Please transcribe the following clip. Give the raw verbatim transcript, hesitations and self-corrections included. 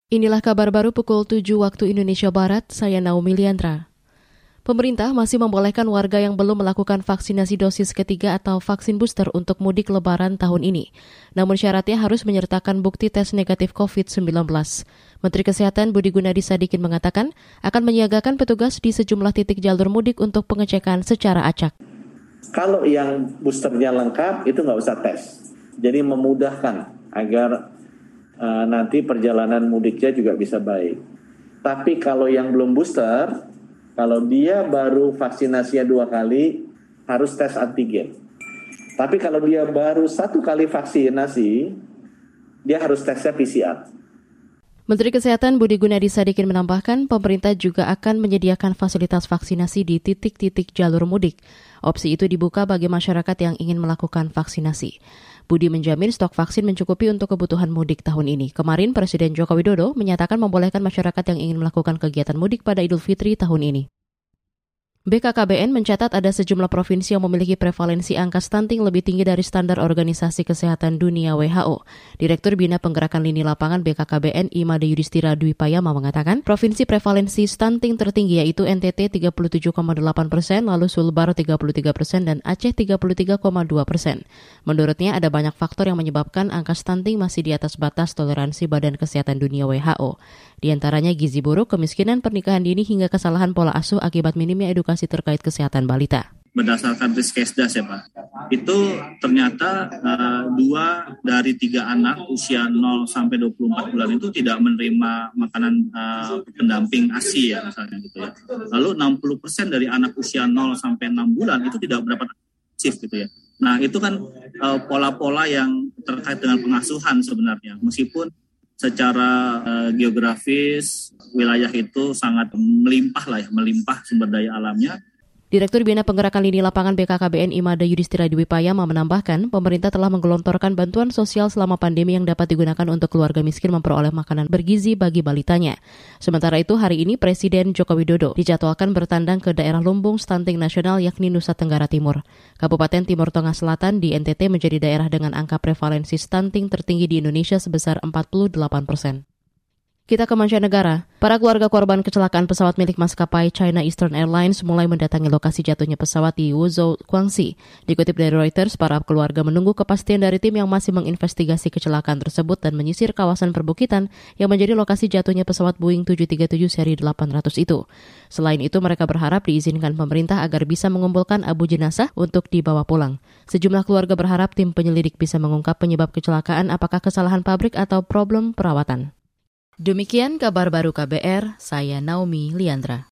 Inilah kabar baru pukul tujuh waktu Indonesia Barat, saya Naomi Liandra. Pemerintah masih membolehkan warga yang belum melakukan vaksinasi dosis ketiga atau vaksin booster untuk mudik lebaran tahun ini. Namun syaratnya harus menyertakan bukti tes negatif covid sembilan belas. Menteri Kesehatan Budi Gunadi Sadikin mengatakan akan menyiagakan petugas di sejumlah titik jalur mudik untuk pengecekan secara acak. Kalau yang boosternya lengkap itu nggak usah tes. Jadi memudahkan agar Uh, nanti perjalanan mudiknya juga bisa baik. Tapi kalau yang belum booster, kalau dia baru vaksinasinya dua kali, harus tes antigen. Tapi kalau dia baru satu kali vaksinasi, dia harus tesnya P C R. Menteri Kesehatan Budi Gunadi Sadikin menambahkan, pemerintah juga akan menyediakan fasilitas vaksinasi di titik-titik jalur mudik. Opsi itu dibuka bagi masyarakat yang ingin melakukan vaksinasi. Budi menjamin stok vaksin mencukupi untuk kebutuhan mudik tahun ini. Kemarin Presiden Joko Widodo menyatakan membolehkan masyarakat yang ingin melakukan kegiatan mudik pada Idul Fitri tahun ini. B K K B N mencatat ada sejumlah provinsi yang memiliki prevalensi angka stunting lebih tinggi dari standar Organisasi Kesehatan Dunia W H O. Direktur Bina Penggerakan Lini Lapangan B K K B N Imade Yudhistira Dwi Payama mengatakan, provinsi prevalensi stunting tertinggi yaitu N T T tiga puluh tujuh koma delapan persen, lalu Sulbar tiga puluh tiga persen, dan Aceh tiga puluh tiga koma dua persen. Menurutnya ada banyak faktor yang menyebabkan angka stunting masih di atas batas toleransi Badan Kesehatan Dunia W H O. Di antaranya gizi buruk, kemiskinan, pernikahan dini, hingga kesalahan pola asuh akibat minimnya edukasi terkait kesehatan balita. Berdasarkan Riskesdas ya Pak, itu ternyata uh, dua dari tiga anak usia nol sampai dua puluh empat bulan itu tidak menerima makanan uh, pendamping A S I ya misalnya gitu ya. Lalu enam puluh persen dari anak usia nol sampai enam bulan itu tidak mendapat shift gitu ya. Nah itu kan uh, pola-pola yang terkait dengan pengasuhan sebenarnya, meskipun secara uh, geografis wilayah itu sangat melimpah lah ya, melimpah sumber daya alamnya. Direktur Bina Penggerakan Lini Lapangan B K K B N Imade Yudhistira Dwi Payama menambahkan, pemerintah telah menggelontorkan bantuan sosial selama pandemi yang dapat digunakan untuk keluarga miskin memperoleh makanan bergizi bagi balitanya. Sementara itu, hari ini Presiden Joko Widodo dijadwalkan bertandang ke daerah lumbung stunting nasional yakni Nusa Tenggara Timur. Kabupaten Timur Tengah Selatan di N T T menjadi daerah dengan angka prevalensi stunting tertinggi di Indonesia sebesar empat puluh delapan persen. Kita ke mancanegara. Para keluarga korban kecelakaan pesawat milik maskapai China Eastern Airlines mulai mendatangi lokasi jatuhnya pesawat di Wuzhou, Guangxi. Dikutip dari Reuters, para keluarga menunggu kepastian dari tim yang masih menginvestigasi kecelakaan tersebut dan menyisir kawasan perbukitan yang menjadi lokasi jatuhnya pesawat Boeing tujuh tiga tujuh seri delapan ratus itu. Selain itu, mereka berharap diizinkan pemerintah agar bisa mengumpulkan abu jenazah untuk dibawa pulang. Sejumlah keluarga berharap tim penyelidik bisa mengungkap penyebab kecelakaan, apakah kesalahan pabrik atau problem perawatan. Demikian kabar baru K B R, saya Naomi Liandra.